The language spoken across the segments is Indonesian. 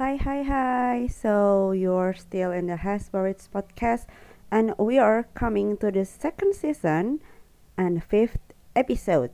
Hi. So you're still in the Hasbrook's podcast, and we are coming to the second season and fifth episode.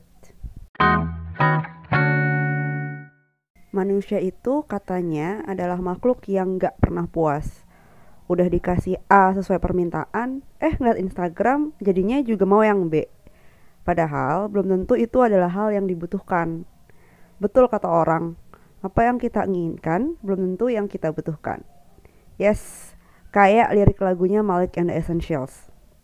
Manusia itu katanya adalah makhluk yang gak pernah puas. Udah dikasih A sesuai permintaan, ngeliat Instagram jadinya juga mau yang B. Padahal belum tentu itu adalah hal yang dibutuhkan. Betul kata orang, apa yang kita inginkan belum tentu yang kita butuhkan. Yes, kayak lirik lagunya Malik and the Essentials.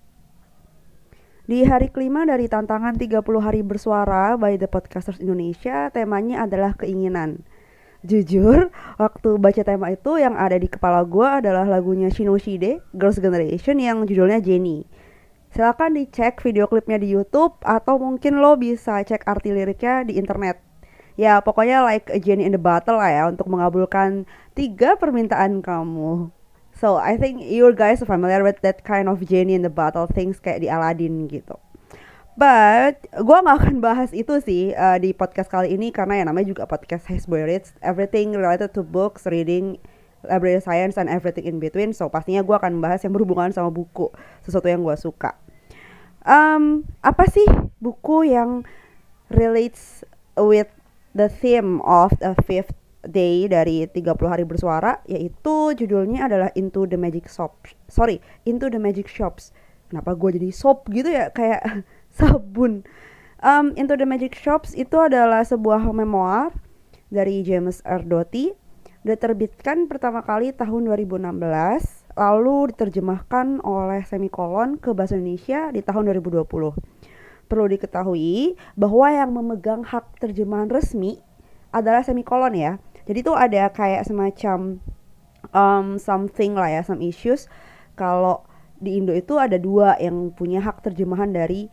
Di hari kelima dari tantangan 30 hari bersuara by The Podcasters Indonesia, temanya adalah keinginan. Jujur, waktu baca tema itu yang ada di kepala gue adalah lagunya Shinoshide, Girls' Generation yang judulnya Jennie. Silakan dicek video klipnya di YouTube atau mungkin lo bisa cek arti liriknya di internet. Ya pokoknya like a Jennie in the bottle lah ya untuk mengabulkan 3 permintaan kamu. So I think you guys are familiar with that kind of Jennie in the bottle things kayak di Aladdin gitu. But gue gak akan bahas itu sih di podcast kali ini karena ya namanya juga podcast Hasbrook's, everything related to books, reading, library science and everything in between. So pastinya gue akan bahas yang berhubungan sama buku, sesuatu yang gue suka. Apa sih buku yang relates with the theme of the fifth day dari 30 hari bersuara, yaitu judulnya adalah Into the Magic Shops. Kenapa gue jadi shop gitu ya, kayak sabun. Into the Magic Shops itu adalah sebuah memoir dari James R. Doty. Diterbitkan pertama kali tahun 2016, lalu diterjemahkan oleh Semikolon ke bahasa Indonesia di tahun 2020. Perlu diketahui bahwa yang memegang hak terjemahan resmi adalah Semikolon ya. Jadi itu ada kayak semacam something lah ya, some issues. Kalau di Indo itu ada 2 yang punya hak terjemahan dari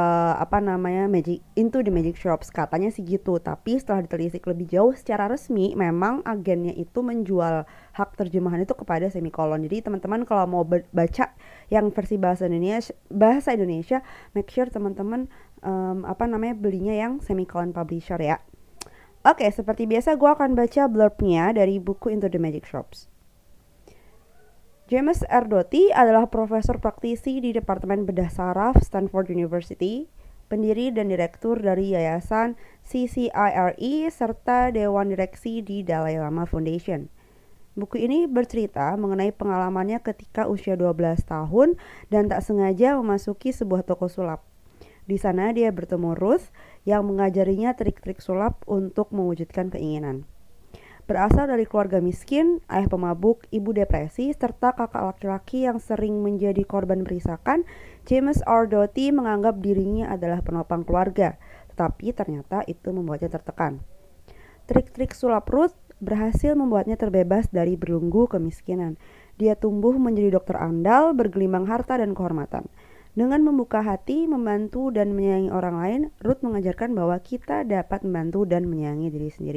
Into the Magic Shops, katanya sih gitu. Tapi setelah ditelisik lebih jauh secara resmi, memang agennya itu menjual hak terjemahan itu kepada Semikolon. Jadi teman-teman kalau mau baca yang versi bahasa Indonesia, make sure teman-teman belinya yang Semikolon Publisher ya. Oke, seperti biasa gue akan baca blurbnya dari buku Into the Magic Shops. James R. Doty adalah profesor praktisi di Departemen Bedah Saraf Stanford University, pendiri dan direktur dari Yayasan CCIRE serta Dewan Direksi di Dalai Lama Foundation. Buku ini bercerita mengenai pengalamannya ketika usia 12 tahun dan tak sengaja memasuki sebuah toko sulap. Di sana dia bertemu Ruth yang mengajarinya trik-trik sulap untuk mewujudkan keinginan. Berasal dari keluarga miskin, ayah pemabuk, ibu depresi, serta kakak laki-laki yang sering menjadi korban berisakan, James R. Doty menganggap dirinya adalah penopang keluarga, tetapi ternyata itu membuatnya tertekan. Trik-trik sulap Ruth berhasil membuatnya terbebas dari belenggu kemiskinan. Dia tumbuh menjadi dokter andal, bergelimang harta dan kehormatan. Dengan membuka hati, membantu dan menyayangi orang lain, Ruth mengajarkan bahwa kita dapat membantu dan menyayangi diri sendiri.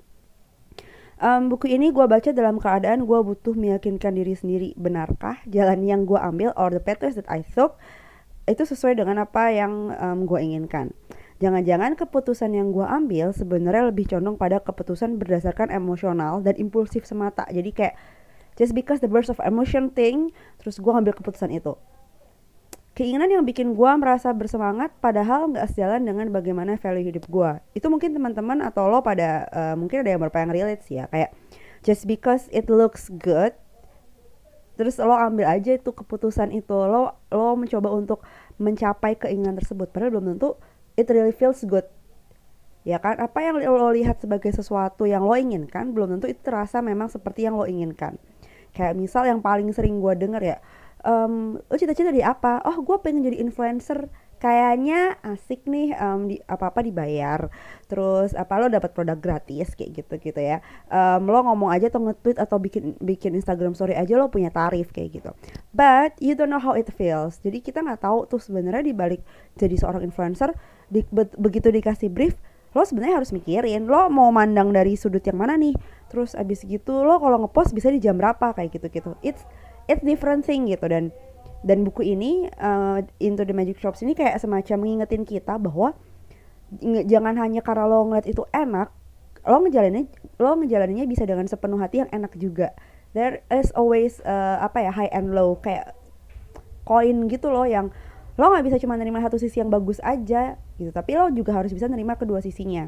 Buku ini gue baca dalam keadaan gue butuh meyakinkan diri sendiri. Benarkah jalan yang gue ambil or the pathways that I took itu sesuai dengan apa yang gue inginkan? Jangan-jangan keputusan yang gue ambil sebenarnya lebih condong pada keputusan berdasarkan emosional dan impulsif semata. Jadi kayak just because the burst of emotion thing, terus gue ambil keputusan itu. Keinginan yang bikin gue merasa bersemangat padahal gak sejalan dengan bagaimana value hidup gue. Itu mungkin teman-teman atau lo pada mungkin ada yang berapa yang relate sih ya. Kayak just because it looks good, terus lo ambil aja itu keputusan itu. Lo mencoba untuk mencapai keinginan tersebut, padahal belum tentu it really feels good. Ya kan, apa yang lo lihat sebagai sesuatu yang lo inginkan belum tentu itu terasa memang seperti yang lo inginkan. Kayak misal yang paling sering gue denger ya, lo cita-cita di apa? Oh, gue pengen jadi influencer. Kayaknya asik nih, apa-apa dibayar. Terus lo dapat produk gratis kayak gitu ya. Lo ngomong aja atau nge-tweet atau bikin Instagram story aja lo punya tarif kayak gitu. But you don't know how it feels. Jadi kita nggak tahu tuh sebenarnya di balik jadi seorang influencer, begitu dikasih brief, lo sebenarnya harus mikirin lo mau mandang dari sudut yang mana nih. Terus abis gitu lo kalau ngepost bisa di jam berapa kayak gitu. It's different thing gitu. Dan buku ini Into the Magic Shops ini kayak semacam ngingetin kita bahwa jangan hanya karena lo ngeliat itu enak lo ngejalaninnya bisa dengan sepenuh hati yang enak juga. There is always high and low, kayak koin gitu loh, yang lo nggak bisa cuma nerima satu sisi yang bagus aja gitu, tapi lo juga harus bisa nerima kedua sisinya.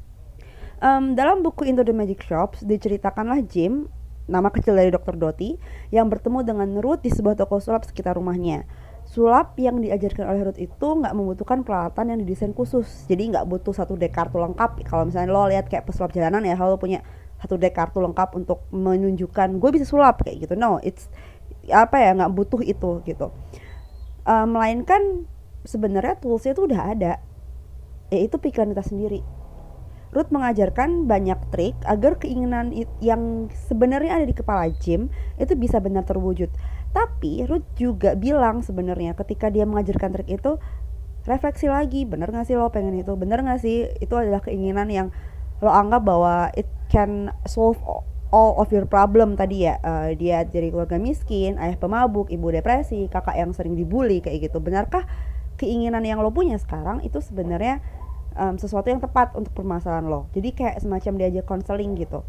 Dalam buku Into the Magic Shops diceritakanlah Jim, nama kecil dari Dr. Dottie, yang bertemu dengan Ruth di sebuah toko sulap sekitar rumahnya. Sulap yang diajarkan oleh Ruth itu nggak membutuhkan peralatan yang didesain khusus, jadi nggak butuh satu dek kartu lengkap. Kalau misalnya lo lihat kayak pesulap jalanan ya, lo punya satu dek kartu lengkap untuk menunjukkan gue bisa sulap kayak gitu. No, it's nggak butuh itu gitu. Melainkan sebenarnya toolsnya itu udah ada, yaitu pikiran kita sendiri. Ruth mengajarkan banyak trik agar keinginan yang sebenarnya ada di kepala Jim itu bisa benar terwujud. Tapi Ruth juga bilang sebenarnya ketika dia mengajarkan trik itu, refleksi lagi, benar gak sih lo pengen itu? Benar gak sih itu adalah keinginan yang lo anggap bahwa it can solve all of your problem tadi ya. Dia dari keluarga miskin, ayah pemabuk, ibu depresi, kakak yang sering dibully kayak gitu. Benarkah keinginan yang lo punya sekarang itu sebenarnya sesuatu yang tepat untuk permasalahan lo? Jadi kayak semacam diajak konseling gitu.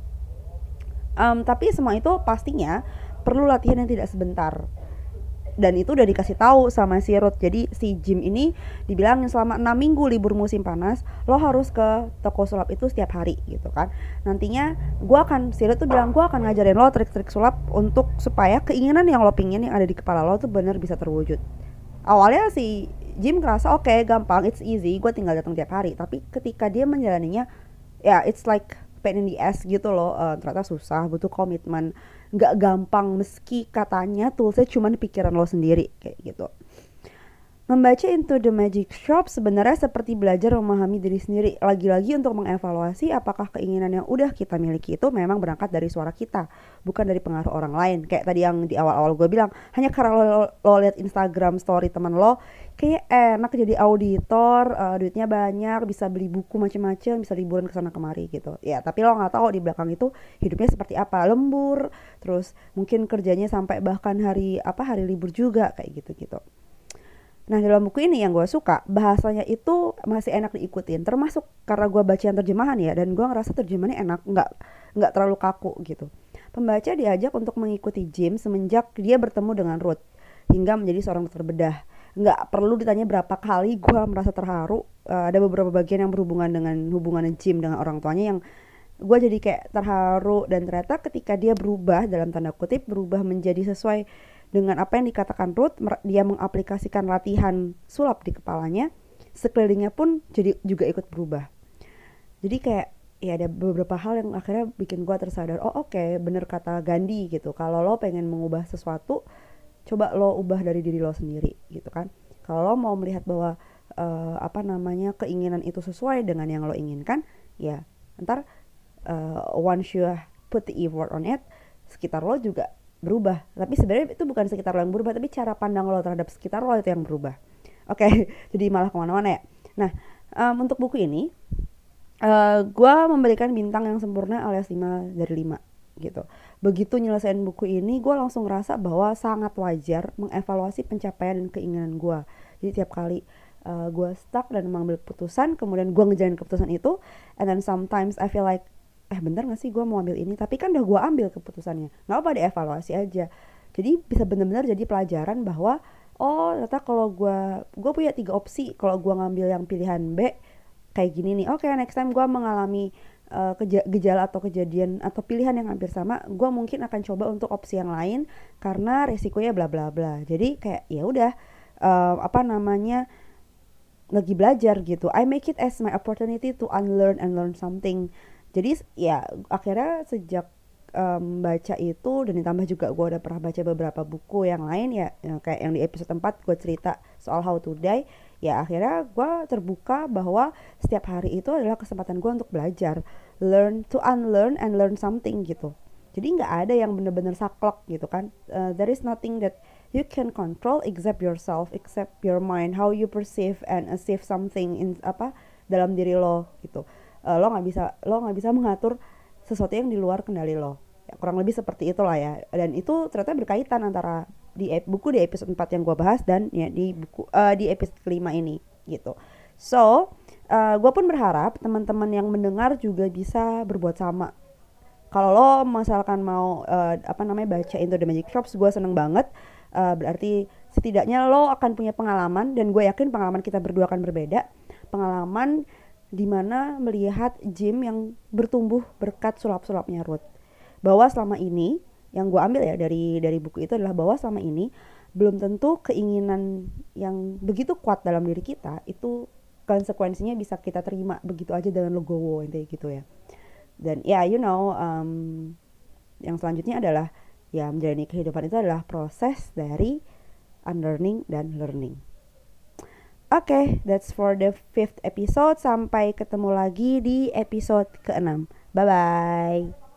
Tapi semua itu pastinya perlu latihan yang tidak sebentar, dan itu udah dikasih tahu sama si Ruth. Jadi si Jim ini dibilangin selama 6 minggu libur musim panas lo harus ke toko sulap itu setiap hari gitu kan. Nantinya si Ruth tuh bilang gue akan ngajarin lo trik-trik sulap untuk supaya keinginan yang lo pingin yang ada di kepala lo tuh bener bisa terwujud. Awalnya si Jim ngerasa oke, gampang, it's easy, gue tinggal datang tiap hari. Tapi ketika dia menjalaninya, ya it's like pain in the ass gitu loh. Ternyata susah, butuh komitmen, nggak gampang meski katanya toolsnya cuma di pikiran lo sendiri kayak gitu. Membaca Into the Magic Shop sebenarnya seperti belajar memahami diri sendiri, lagi-lagi untuk mengevaluasi apakah keinginan yang udah kita miliki itu memang berangkat dari suara kita, bukan dari pengaruh orang lain. Kayak tadi yang di awal-awal gue bilang, hanya karena lo lihat Instagram story teman lo kayak enak jadi auditor, duitnya banyak, bisa beli buku macam-macam, bisa liburan kesana kemari gitu ya, tapi lo nggak tahu di belakang itu hidupnya seperti apa, lembur, terus mungkin kerjanya sampai bahkan hari libur juga kayak gitu. Nah, dalam buku ini yang gue suka, bahasanya itu masih enak diikutin, termasuk karena gue bacaan terjemahan ya, dan gue ngerasa terjemahannya enak, nggak terlalu kaku gitu. Pembaca diajak untuk mengikuti Jim semenjak dia bertemu dengan Ruth hingga menjadi seorang dokter bedah. Nggak perlu ditanya berapa kali gue merasa terharu. Ada beberapa bagian yang berhubungan dengan hubungan Jim dengan orang tuanya yang gue jadi kayak terharu, dan ternyata ketika dia berubah, dalam tanda kutip berubah menjadi sesuai dengan apa yang dikatakan Ruth, dia mengaplikasikan latihan sulap di kepalanya, sekelilingnya pun jadi juga ikut berubah. Jadi kayak ya ada beberapa hal yang akhirnya bikin gue tersadar, oh oke, bener kata Gandhi gitu, kalau lo pengen mengubah sesuatu, coba lo ubah dari diri lo sendiri gitu kan. Kalau lo mau melihat bahwa keinginan itu sesuai dengan yang lo inginkan, ya ntar once you put the effort on it, sekitar lo juga berubah. Tapi sebenarnya itu bukan sekitar lo yang berubah, tapi cara pandang lo terhadap sekitar lo itu yang berubah. Oke, jadi malah kemana-mana ya. Nah, untuk buku ini gue memberikan bintang yang sempurna alias 5 dari 5 gitu. Begitu nyelesain buku ini, gue langsung ngerasa bahwa sangat wajar mengevaluasi pencapaian dan keinginan gue. Jadi tiap kali gue stuck dan mengambil keputusan, kemudian gue ngejalanin keputusan itu, and then sometimes I feel like bentar gak sih gue mau ambil ini, tapi kan udah gue ambil keputusannya, gak apa dievaluasi aja. Jadi bisa benar-benar jadi pelajaran bahwa ternyata kalau gue punya 3 opsi, kalau gue ngambil yang pilihan B kayak gini nih, oke, next time gue mengalami gejala atau kejadian atau pilihan yang hampir sama, gue mungkin akan coba untuk opsi yang lain karena resikonya bla bla bla. Jadi kayak ya udah lagi belajar gitu, I make it as my opportunity to unlearn and learn something. Jadi ya akhirnya sejak baca itu, dan ditambah juga gue udah pernah baca beberapa buku yang lain ya, kayak yang di episode 4 gue cerita soal How to Die, ya akhirnya gue terbuka bahwa setiap hari itu adalah kesempatan gue untuk belajar, learn to unlearn and learn something gitu. Jadi gak ada yang bener-bener saklek gitu kan. There is nothing that you can control except yourself, except your mind, how you perceive and achieve something dalam diri lo gitu. Lo nggak bisa mengatur sesuatu yang di luar kendali lo. Ya, kurang lebih seperti itulah ya. Dan itu ternyata berkaitan antara di buku di episode 4 yang gue bahas dan ya di buku di episode kelima ini gitu. So Gue pun berharap teman-teman yang mendengar juga bisa berbuat sama. Kalau lo misalkan mau baca Into the Magic Shops, gue seneng banget. Berarti setidaknya lo akan punya pengalaman, dan gue yakin pengalaman kita berdua akan berbeda. Pengalaman dimana melihat Jim yang bertumbuh berkat sulap-sulapnya Ruth. Bahwa selama ini yang gue ambil ya dari buku itu adalah bahwa selama ini belum tentu keinginan yang begitu kuat dalam diri kita itu konsekuensinya bisa kita terima begitu aja dengan legowo intinya gitu ya. Dan ya yang selanjutnya adalah ya menjalani kehidupan itu adalah proses dari unlearning dan learning. Oke, that's for the 5th episode. Sampai ketemu lagi di episode ke-6. Bye-bye.